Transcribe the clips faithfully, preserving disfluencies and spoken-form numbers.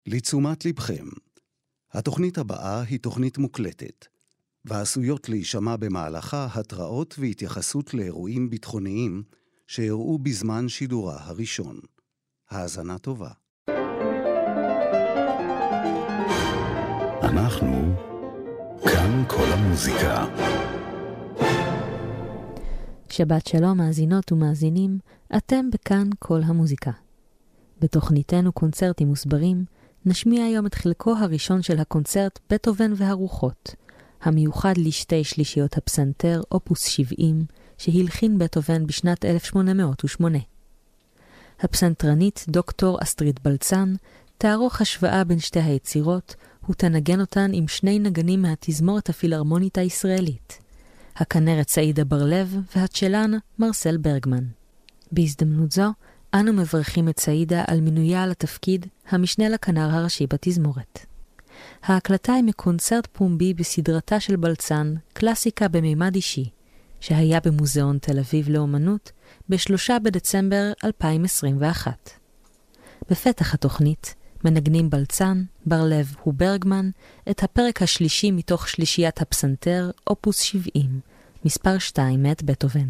לתשומת לבכם. התוכנית הבאה היא תוכנית מוקלטת, ועשויות להישמע במהלכה התראות והתייחסות לאירועים ביטחוניים שאירעו בזמן שידורה הראשון. האזנה טובה. אנחנו כאן כל המוזיקה. שבת שלום מאזינות ומאזינים, אתם בכאן כל המוזיקה. בתוכניתנו קונצרטים מוסברים, נשמיע היום את חלקו הראשון של הקונצרט בטהובן והרוחות, המיוחד לשתי שלישיות הפסנתר אופוס שבעים, שהלחין בטהובן בשנת אלף שמונה מאות ושמונה. הפסנתרנית דוקטור אסטרית בלצן תערוך השוואה בין שתי היצירות, ותנגן אותן עם שני נגנים מהתזמורת הפילהרמונית הישראלית, הכנרת סעידה בר-לב והצ'לן מרסל ברגמן. בהזדמנות זו, אנו מברכים את סעידה על מינויה לתפקיד המשנה לכנר הראשי בתזמורת. ההקלטה היא מקונצרט פומבי בסדרתה של בלצן, קלאסיקה במימד אישי, שהיה במוזיאון תל אביב לאומנות ב-שלושה בדצמבר אלפיים עשרים ואחת. בפתח התוכנית מנגנים בלצן, בר-לב וברגמן את הפרק השלישי מתוך שלישיית הפסנתר אופוס שבעים, מספר שתיים מאת בטהובן.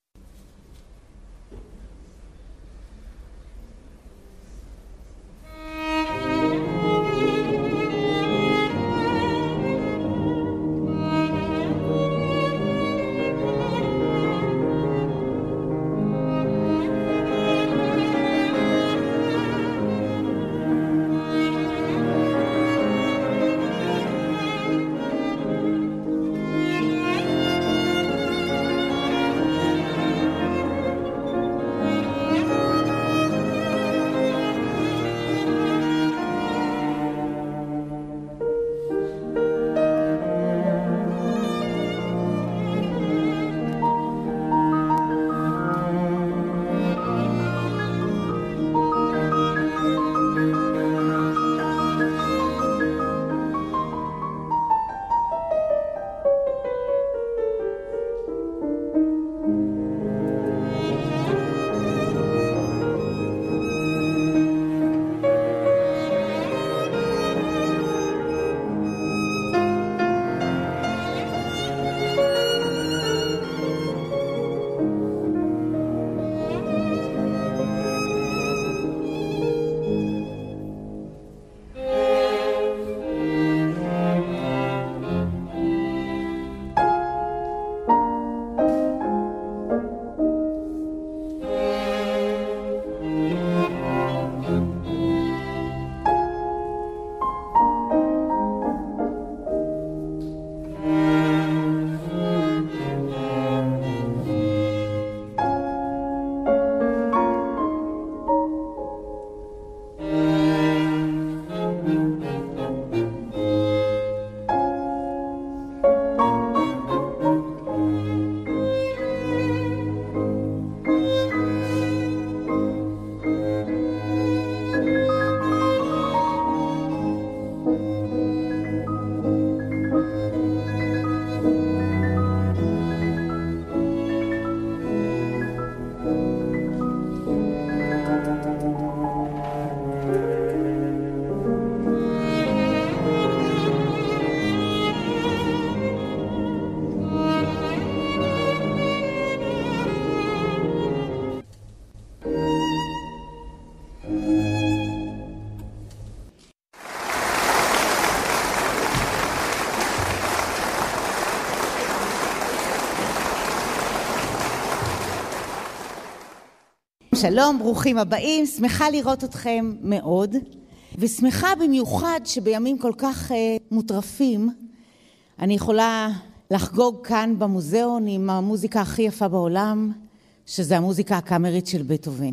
שלום, ברוכים הבאים, שמחה לראות אתכם מאוד, ושמחה במיוחד שבימים כל כך uh, מוטרפים, אני יכולה לחגוג כאן במוזיאון עם המוזיקה הכי יפה בעולם, שזה המוזיקה הקאמרית של בטהובן.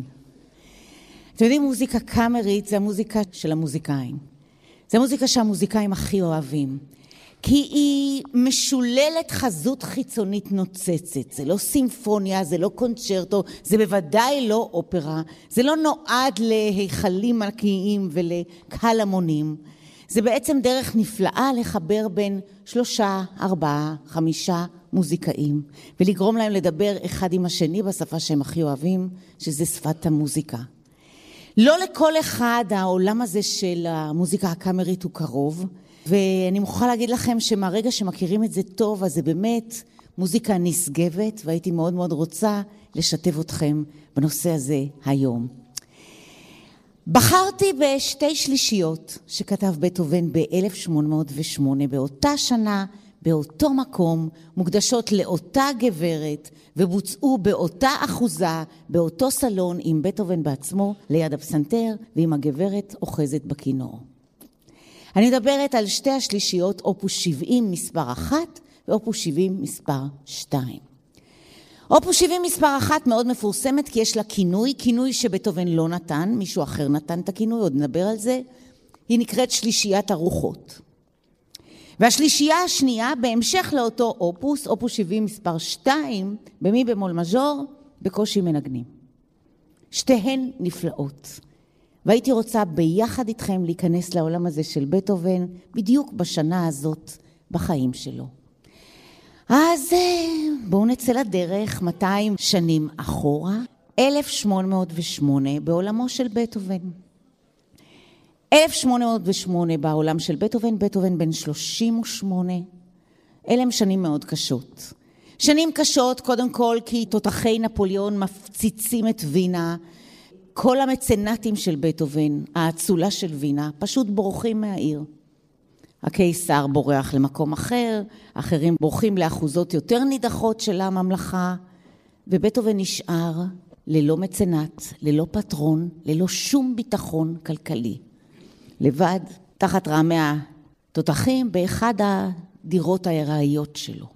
אתם יודעים, מוזיקה קאמרית זה המוזיקה של המוזיקאים. זה המוזיקה שהמוזיקאים הכי אוהבים. כי היא משוללת חזות חיצונית נוצצת. זה לא סימפוניה, זה לא קונצ'רטו, זה בוודאי לא אופרה. זה לא נועד להיכלים מלכיים ולקהל המונים. זה בעצם דרך נפלאה לחבר בין שלושה, ארבעה, חמישה מוזיקאים, ולגרום להם לדבר אחד עם השני בשפה שהם הכי אוהבים, שזה שפת המוזיקה. לא לכל אחד העולם הזה של המוזיקה הקאמרית הוא קרוב, ואני מוכרחה להגיד לכם שמהרגע שמכירים את זה טוב, אז זה באמת מוזיקה נשגבת, והייתי מאוד מאוד רוצה לשתף אתכם בנושא הזה היום. בחרתי בשתי שלישיות שכתב בטהובן ב-אלף שמונה מאות ושמונה, באותה שנה, באותו מקום, מוקדשות לאותה גברת, ובוצעו באותה אחוזה, באותו סלון עם בטהובן בעצמו, ליד הפסנתר, ועם הגברת אוחזת בכינור. אני מדברת על שתי השלישיות, אופוס שבעים מספר אחת, ואופוס שבעים מספר שתיים. אופוס שבעים מספר אחת מאוד מפורסמת, כי יש לה כינוי, כינוי שבטהובן לא נתן, מישהו אחר נתן את הכינוי, עוד נדבר על זה. היא נקראת שלישיית הרוחות. והשלישייה השנייה, בהמשך לאותו אופוס, אופוס שבעים מספר שתיים, במי במול מז'ור, בקושי מנגנים. שתיהן נפלאות. והייתי רוצה ביחד איתכם להיכנס לעולם הזה של בטהובן, בדיוק בשנה הזאת בחיים שלו. אז בואו נצא לדרך מאתיים שנים אחורה, אלף שמונה מאות ושמונה בעולמו של בטהובן. אלף שמונה מאות ושמונה בעולם של בטהובן, בטהובן בן שלושים ושמונה. אלה הם שנים מאוד קשות. שנים קשות קודם כל כי תותחי נפוליאון מפציצים את וינה. כל המצנטים של בטהובן, האצולה של וינה, פשוט בורחים מהעיר. הקיסר בורח למקום אחר, אחרים בורחים לאחוזות יותר נידחות של הממלכה, ובטהובן נשאר ללא מצנט, ללא פטרון, ללא שום ביטחון כלכלי. לבד, תחת רעמי התותחים, באחד הדירות הארעיות שלו.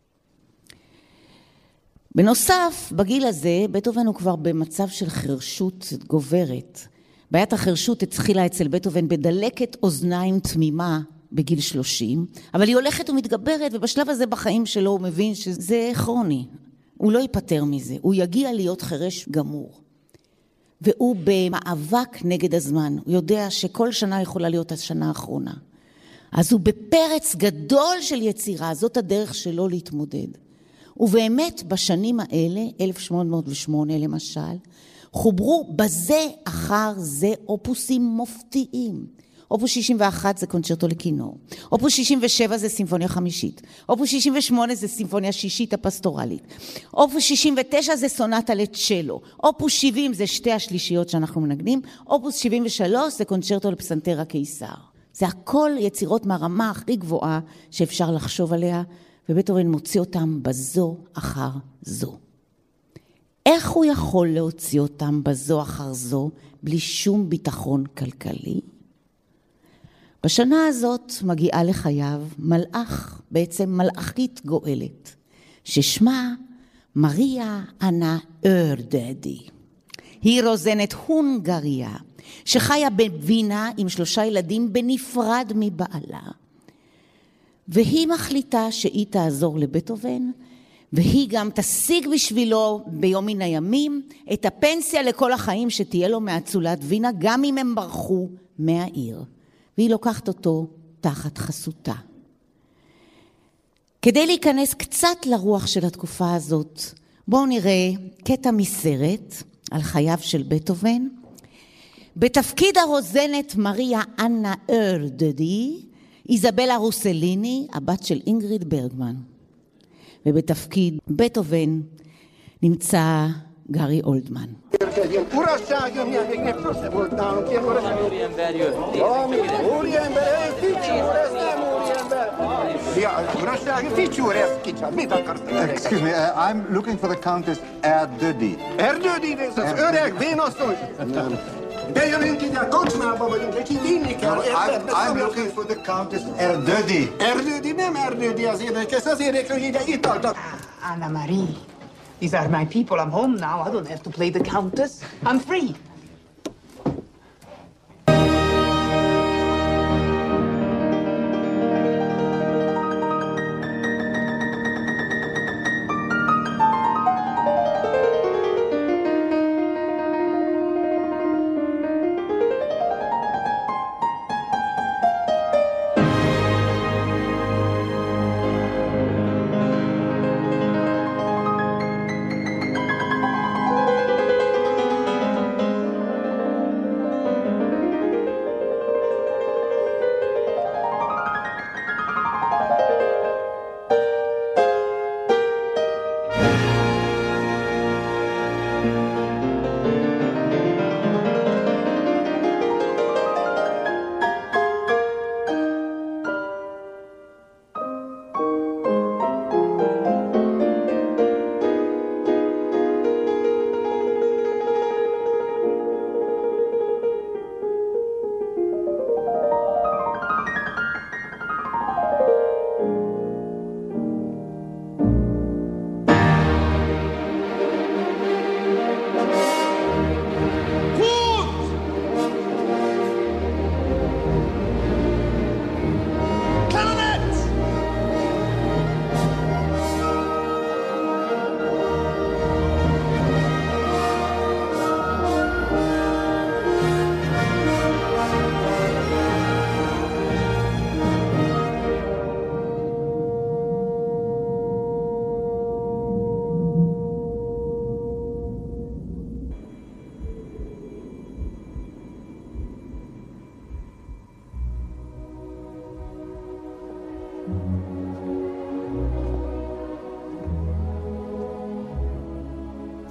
בנוסף, בגיל הזה, בטהובן הוא כבר במצב של חרשות גוברת. בעיית החרשות התחילה אצל בטהובן בדלקת אוזניים תמימה בגיל שלושים, אבל היא הולכת ומתגברת, ובשלב הזה בחיים שלו הוא מבין שזה כרוני. הוא לא ייפטר מזה, הוא יגיע להיות חרש גמור. והוא במאבק נגד הזמן, הוא יודע שכל שנה יכולה להיות השנה האחרונה. אז הוא בפרץ גדול של יצירה, זאת הדרך שלו להתמודד. ובאמת בשנים האלה, אלף שמונה מאות ושמונה למשל, חוברו בזה אחר זה אופוסים מופתיים. אופוס שישים ואחת זה קונצ'רטו לכינור. אופוס שישים ושבע זה סימפוניה חמישית. אופוס שישים ושמונה זה סימפוניה שישית הפסטורלית. אופוס שישים ותשע זה סונטה לצ'לו. אופוס שבעים זה שתי השלישיות שאנחנו מנגנים. אופוס שבעים ושלוש זה קונצ'רטו לפסנתר הקיסר. זה הכל יצירות מהרמה הכי גבוהה שאפשר לחשוב עליה, ובטהובן מוציא אותם בזו אחר זו. איך הוא יכול להוציא אותם בזו אחר זו בלי שום ביטחון כלכלי? בשנה הזאת מגיעה לחייו מלאך, בעצם מלאכית גואלת, ששמה מריה אנה ארדדי. היא רוזנת הונגריה, שחיה בווינה עם שלושה ילדים בנפרד מבעלה. והיא מחליטה שהיא תעזור לבטהובן, והיא גם תשיג בשבילו ביום מן הימים את הפנסיה לכל החיים שתהיה לו מאצולת וינה, גם אם הם ברחו מהעיר. והיא לוקחת אותו תחת חסותה. כדי להיכנס קצת לרוח של התקופה הזאת, בואו נראה קטע מסרט על חייו של בטהובן. בתפקיד הרוזנת מריה אנה ארדדי, איזבלה רוסליני, הבת של אינגריד ברגמן. ובתפקיד בטהובן נמצא גארי אולדמן. Urazságom, nyelvég, ne sose voltálunk ilyen urazságom. Úriember jött. Úriember, egy ficsúr, ez nem úriember. Ja, urazság, ficsúr, ez kicsit. Mit akarsz? Excuse me, uh, I'm looking for the Countess Erdődy. Erdődy, ez az öreg vénasszony? Nem. Bejövünk ide, a kocsmába vagyunk, és így inni kell. I'm, I'm looking for the Countess Erdődy. Erdődy, nem Erdődy az érdekes, az érdekes, hogy ide itt altak. Anna Marie. These are my people. I'm home now. I don't have to play the Countess. I'm free.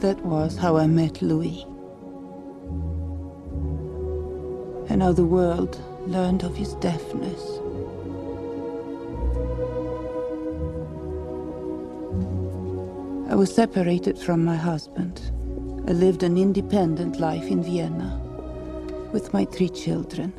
That was how I met Louis. And how the world learned of his deafness. I was separated from my husband. I lived an independent life in Vienna with my three children.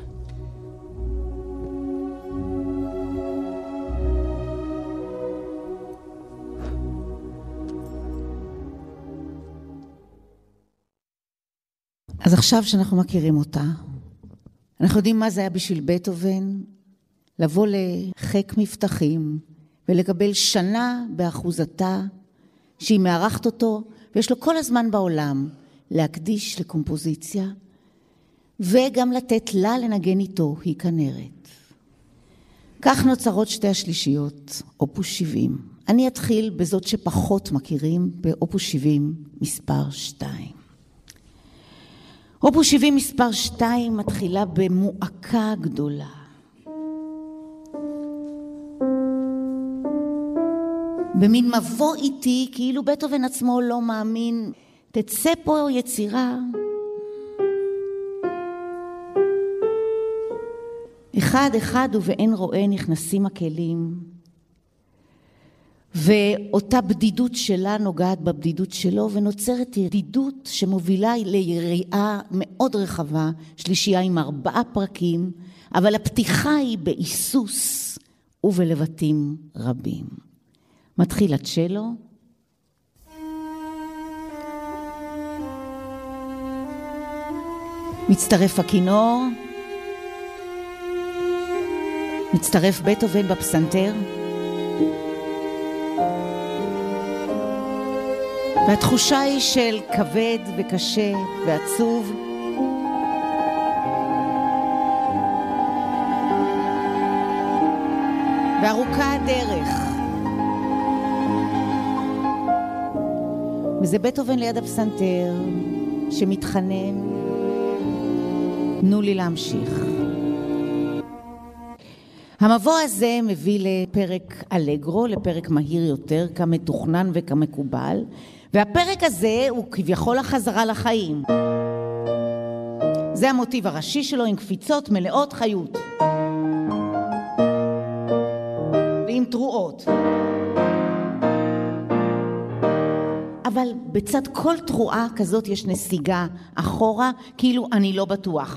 אז עכשיו שאנחנו מכירים אותה, אנחנו יודעים מה זה היה בשביל בטהובן, לבוא לחק מבטחים ולקבל שנה באחוזתה שהיא מארחת אותו, ויש לו כל הזמן בעולם להקדיש לקומפוזיציה, וגם לתת לה לנגן איתו, היא כנרת. כך נוצרות שתי השלישיות, אופוס שבעים. אני אתחיל בזאת שפחות מכירים, באופוס שבעים מספר שתיים. אופוס שבעים מספר שתיים מתחילה במועקה גדולה. במין מבוא איתי, כאילו בטהובן עצמו לא מאמין, תצא פה יצירה. אחד אחד ובאין רואה נכנסים הכלים, ואותה בדידות שלה נוגעת בבדידות שלו, ונוצרת בדידות שמובילה ליריעה מאוד רחבה, שלישייה עם ארבעה פרקים, אבל הפתיחה היא באיסוס ובלבטים רבים. מתחיל הצ'לו, מצטרף הכינור, מצטרף בטהובן בפסנתר, והתחושה היא של כבד וקשה ועצוב. וארוכה הדרך. וזה בטהובן ליד הפסנתר שמתחנן, תנו לי להמשיך. המבוא הזה מביא לפרק אלגרו, לפרק מהיר יותר, כמתוכנן וכמקובל, והפרק הזה הוא כביכול החזרה לחיים. זה המוטיב הראשי שלו עם קפיצות מלאות חיות. ועם תרועות. אבל בצד כל תרועה כזאת יש נסיגה אחורה, כאילו אני לא בטוח.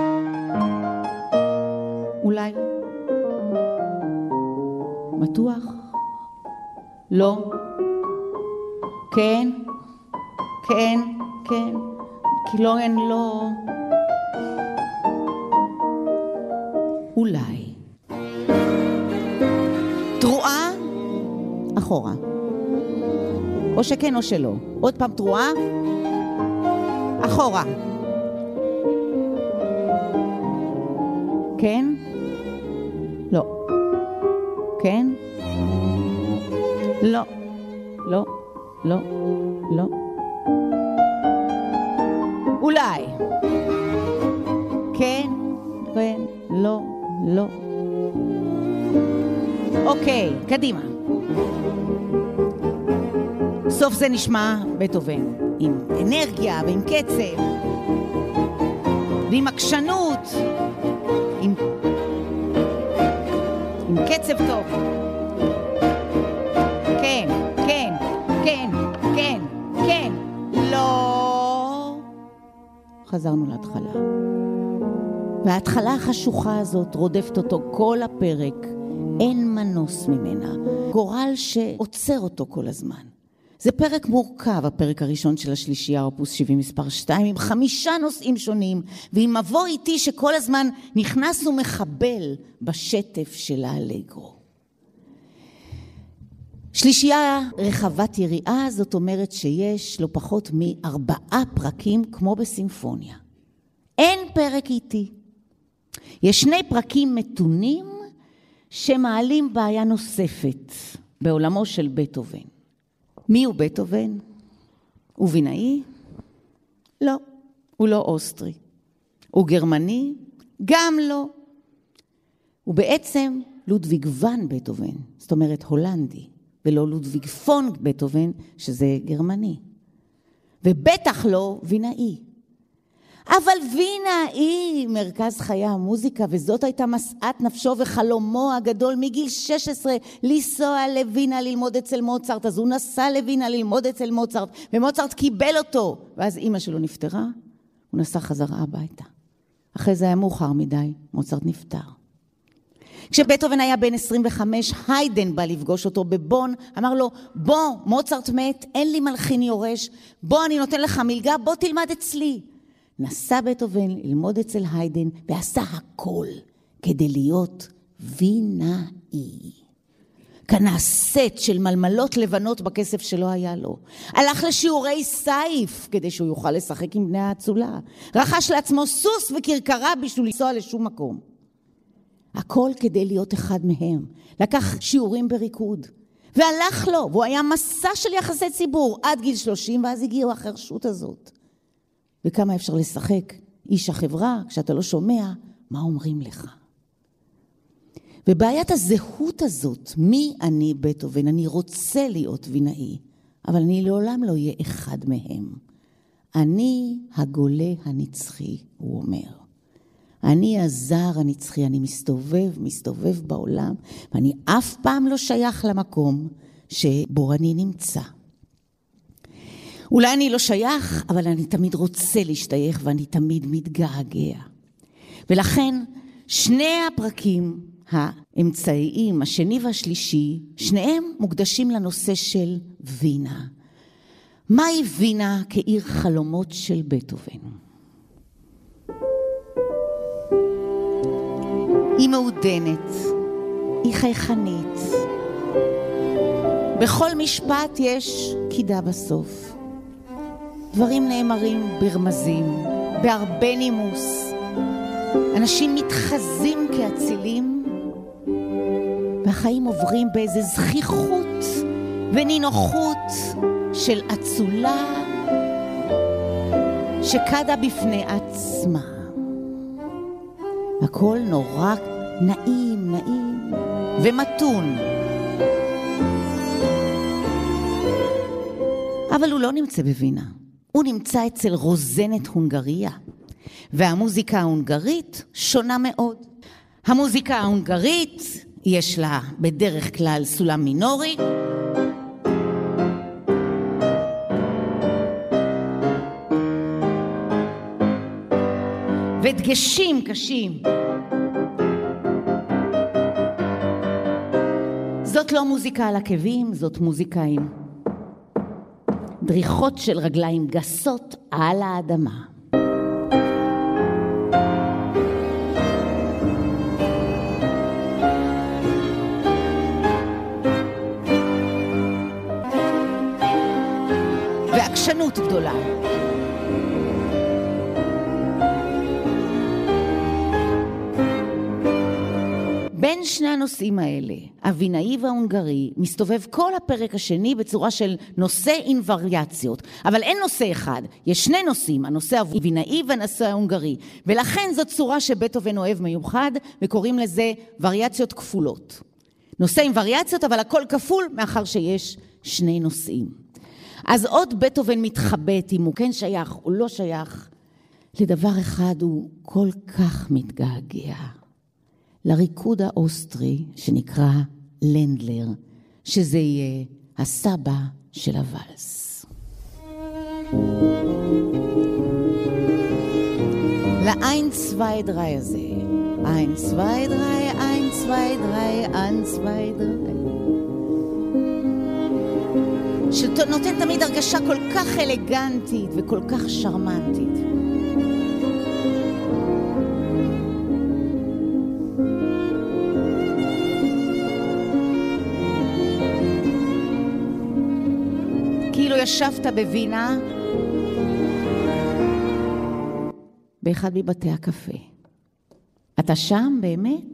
אולי בטוח? לא. כן? כן? כן? כי לא אין לא. אולי. תרועה אחורה. או שכן או שלא. עוד פעם תרועה אחורה. כן? לא. כן? לא. לא. לא. לא. אולי. כן? כן? לא. לא. אוקיי, קדימה. סוף זה נשמע בטהובן, עם אנרגיה ועם קצב, ועם עקשנות, עם, עם קצב טוב. כן, כן, כן, כן, כן, לא. חזרנו להתחלה. וההתחלה החשוכה הזאת רודפת אותו כל הפרק, אין מנוס ממנה, גורל שעוצר אותו כל הזמן. זה פרק מורכב, הפרק הראשון של השלישייה, אופוס שבעים מספר שתיים, עם חמישה נושאים שונים, ועם מבוא איתי שכל הזמן נכנס ומחבל בשטף של האלגרו. שלישייה רחבת יריעה, זאת אומרת שיש לא פחות מארבעה פרקים כמו בסימפוניה. אין פרק איתי. יש שני פרקים מתונים שמעלים בעיה נוספת בעולמו של בטהובן. מי הוא בטהובן? הוא וינאי? לא, הוא לא אוסטרי. הוא גרמני? גם לא. הוא בעצם לודוויג ואן בטהובן, זאת אומרת הולנדי, ולא לודוויג פון בטהובן, שזה גרמני. ובטח לא וינאי. אבל וינה היא מרכז חיי המוזיקה, וזאת הייתה משאת נפשו וחלומו הגדול מגיל שש עשרה לנסוע לווינה ללמוד אצל מוצרט. אז הוא נסע לווינה ללמוד אצל מוצרט, ומוצרט קיבל אותו, ואז אמא שלו נפטרה, הוא נסע חזרה הביתה. אחרי זה היה מאוחר מדי, מוצרט נפטר. כשבטהובן היה בן עשרים וחמש, היידן בא לפגוש אותו בבון, אמר לו, בוא, מוצרט מת, אין לי מלחין יורש, בוא, אני נותן לך מלגה, בוא תלמד אצלי. נסע בטהובן ללמוד אצל היידן, ועשה הכל כדי להיות וינאי. קנה סט של מלמלות לבנות בכסף שלא היה לו. הלך לשיעורי סייף כדי שהוא יוכל לשחק עם בני האצולה. רכש לעצמו סוס וקרקרה בשביל לנסוע לשום מקום. הכל כדי להיות אחד מהם. לקח שיעורים בריקוד. והלך לו, והוא היה מסע של יחסי ציבור עד גיל שלושים, ואז הגיעו החרשות הזאת. וכמה אפשר לשחק איש החברה כשאתה לא שומע מה אומרים לך. ובעיית הזהות הזאת, מי אני בטהובן? אני רוצה להיות וינאי, אבל אני לעולם לא אהיה אחד מהם. אני הגולה הנצחי, הוא אומר. אני הזר הנצחי, אני מסתובב, מסתובב בעולם, ואני אף פעם לא שייך למקום שבו אני נמצא. אולי אני לא שייך, אבל אני תמיד רוצה להשתייך, ואני תמיד מתגעגע. ולכן, שני הפרקים האמצעיים, השני והשלישי, שניהם מוקדשים לנושא של וינה. מהי וינה כעיר חלומות של בטהובן? היא מעודנת, היא חייכנית. בכל משפט יש קידה בסוף. דברים נאמרים ברמזים, בהרבה נימוס. אנשים מתחזים כאצילים, והחיים עוברים באיזו זכיחות ונינוחות של אצולה שקדה בפני עצמה. הכל נורא נעים, נעים ומתון. אבל הוא לא נמצא בווינה. הוא נמצא אצל רוזנת הונגריה. והמוזיקה ההונגרית שונה מאוד. המוזיקה ההונגרית יש לה בדרך כלל סולם מינורי. ודגשים קשים. זאת לא מוזיקה על עקבים, זאת מוזיקה עם דריכות של רגליים גסות על האדמה. ועקשנות גדולה. בין שני הנושאים האלה, הווינאי וההונגרי, מסתובב כל הפרק השני בצורה של נושא עם וריאציות. אבל אין נושא אחד, יש שני נושאים, הנושא הווינאי והנושא ההונגרי. ולכן זאת צורה שבטהובן אוהב מיוחד, וקוראים לזה וריאציות כפולות. נושא עם וריאציות, אבל הכל כפול, מאחר שיש שני נושאים. אז עוד בטהובן מתחבט אם הוא כן שייך או לא שייך. לדבר אחד הוא כל כך מתגעגע. לריקוד האוסטרי שנקרא לנדלר, שזה יהיה הסבא של הוואלס. לאין צווי דרי הזה. אין צווי דרי, אין צווי דרי, אין צווי דרי. שנותן תמיד הרגשה כל כך אלגנטית וכל כך שרמנטית. כאילו ישבת בווינה באחד מבתי הקפה. אתה שם באמת?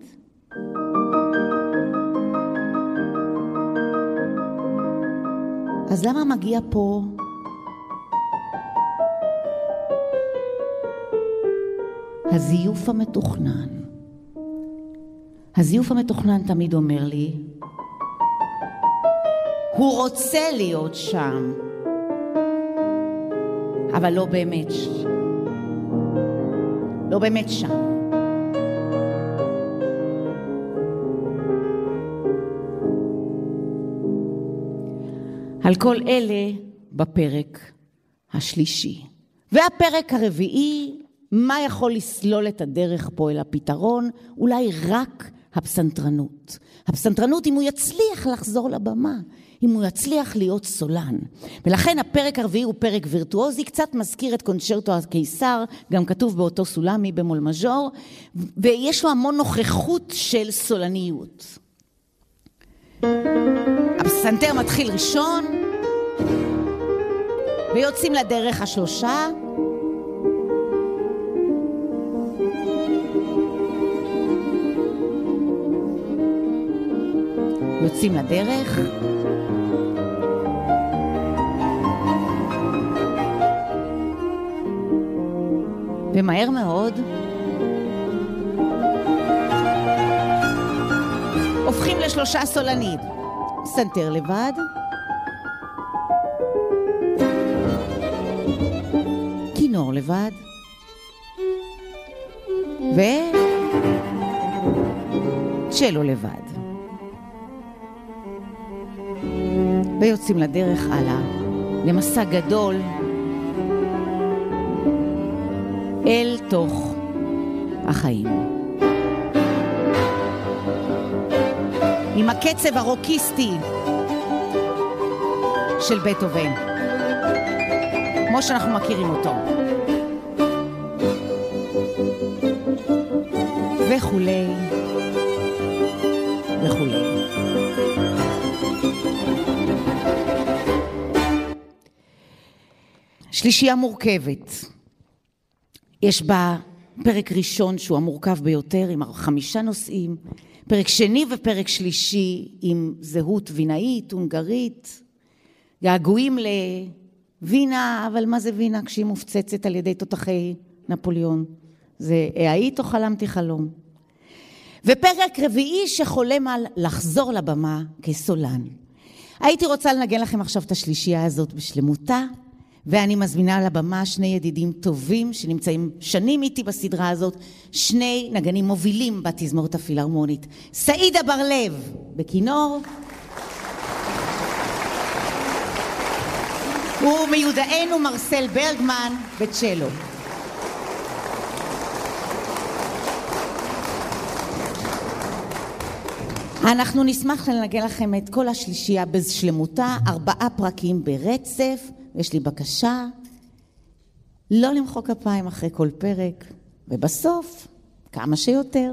אז למה מגיע פה הזיוף המתוכנן? הזיוף המתוכנן תמיד אומר לי, הוא רוצה להיות שם. אבל לא באמת. לא באמת שם. על כל אלה בפרק השלישי. והפרק הרביעי, מה יכול לסלול את הדרך פה אל הפתרון? אולי רק הפסנתרנות. הפסנתרנות אם הוא יצליח לחזור לבמה, אם הוא יצליח להיות סולן. ולכן הפרק הרביעי הוא פרק וירטואוזי, קצת מזכיר את קונצ'רטו הקיסר, גם כתוב באותו סולם מי במול מז'ור, ויש לו המון נוכחות של סולניות. הפסנתר מתחיל ראשון, ויוצאים לדרך השלושה, יוצאים לדרך, ומהר מאוד הופכים לשלושה סולנים. פסנתר לבד, כינור לבד, וצ'לו לבד. ויוצאים לדרך הלאה, למסע גדול, אל תוך החיים. עם הקצב הרוקיסטי של בטהובן, כמו שאנחנו מכירים אותו. וכולי, וכולי. שלישייה מורכבת. יש בה פרק ראשון שהוא המורכב ביותר עם חמישה נושאים, פרק שני ופרק שלישי עם זהות וינאית, הונגרית, געגועים לווינה, אבל מה זה וינה כשהיא מופצצת על ידי תותחי נפוליאון? זה היית או חלמתי חלום? ופרק רביעי שחולם על לחזור לבמה כסולן. הייתי רוצה לנגן לכם עכשיו את השלישייה הזאת בשלמותה, ואני מזמינה לבמה שני ידידים טובים שנמצאים שנים איתי בסדרה הזאת, שני נגנים מובילים בתזמורת הפילהרמונית. סעידה בר-לב בכינור, ומיודענו מרסל ברגמן בצ'לו. אנחנו נשמח לנגן לכם את כל השלישייה בשלמותה, ארבעה פרקים ברצף. יש לי בקשה, לא למחוא כפיים אחרי כל פרק, ובסוף, כמה שיותר.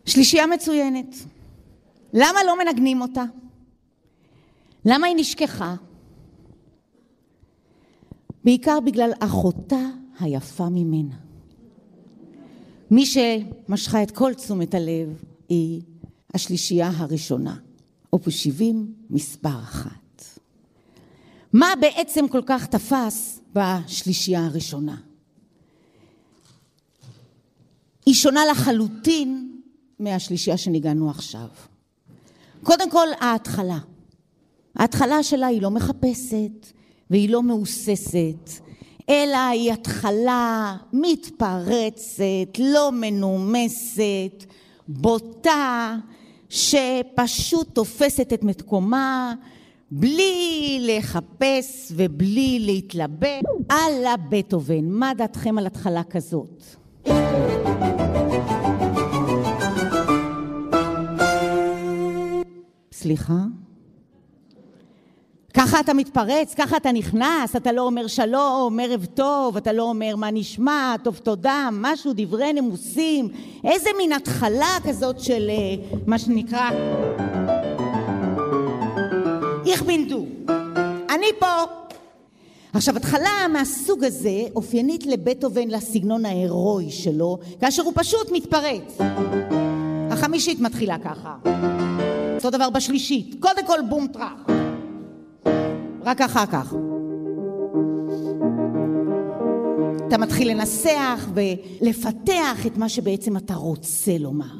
שלישייה מצוינת. למה לא מנגנים אותה? למה היא נשכחה? בעיקר בגלל אחותה היפה ממנה. מי שמשכה את כל תשומת הלב היא השלישייה הראשונה, אופוס שבעים מספר אחת. מה בעצם כל כך תפס בשלישייה הראשונה? היא שונה לחלוטין מהשלישייה שניגענו עכשיו. קודם כל ההתחלה. ההתחלה שלה היא לא מחפשת והיא לא מאוססת, אלא היא התחלה מתפרצת, לא מנומסת, בוטה, שפשוט תופסת את מקומה, בלי לחפש ובלי להתלבט. על בטהובן, מה דעתכם על התחלה כזאת? סליחה? ככה אתה מתפרץ, ככה אתה נכנס, אתה לא אומר שלום, ערב טוב, אתה לא אומר מה נשמע, טוב תודה, משהו, דברי נימוסים, איזה מין התחלה כזאת של מה שנקרא איך בינדו, אני פה. עכשיו, התחלה מהסוג הזה אופיינית לבטהובן לסגנון ההירואי שלו, כאשר הוא פשוט מתפרץ. החמישית מתחילה ככה. אותו דבר בשלישית, קודם כל בום טרח. רק אחר כך. אתה מתחיל לנסח ולפתח את מה שבעצם אתה רוצה לומר.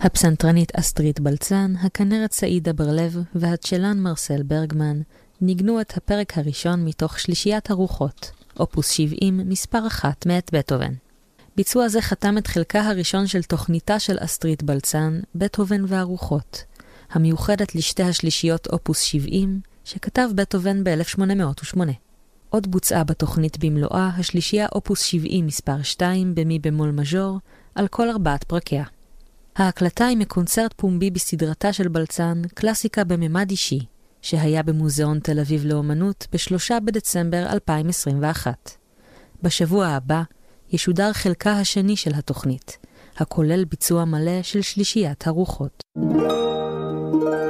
הפסנתרנית אסטרית בלצן, הכנרת סעידה ברלב והצ'לן מרסל ברגמן ניגנו את הפרק הראשון מתוך שלישיית הרוחות, אופוס שבעים, מספר אחת מאת בטהובן. ביצוע זה חתם את חלקה הראשון של תוכניתה של אסטרית בלצן, בטהובן והרוחות, המיוחדת לשתי השלישיות אופוס שבעים, שכתב בטהובן ב-אלף שמונה מאות ושמונה. עוד בוצעה בתוכנית במלואה השלישייה אופוס שבעים מספר שתיים במי במול מז'ור, על כל ארבעת פרקיה. ההקלטה היא מקונצרט פומבי בסדרתה של בלצן, קלאסיקה בממד אישי, שהיה במוזיאון תל אביב לאומנות ב-שלושה בדצמבר אלפיים עשרים ואחת. בשבוע הבא ישודר חלקה השני של התוכנית, הכולל ביצוע מלא של שלישיית הרוחות.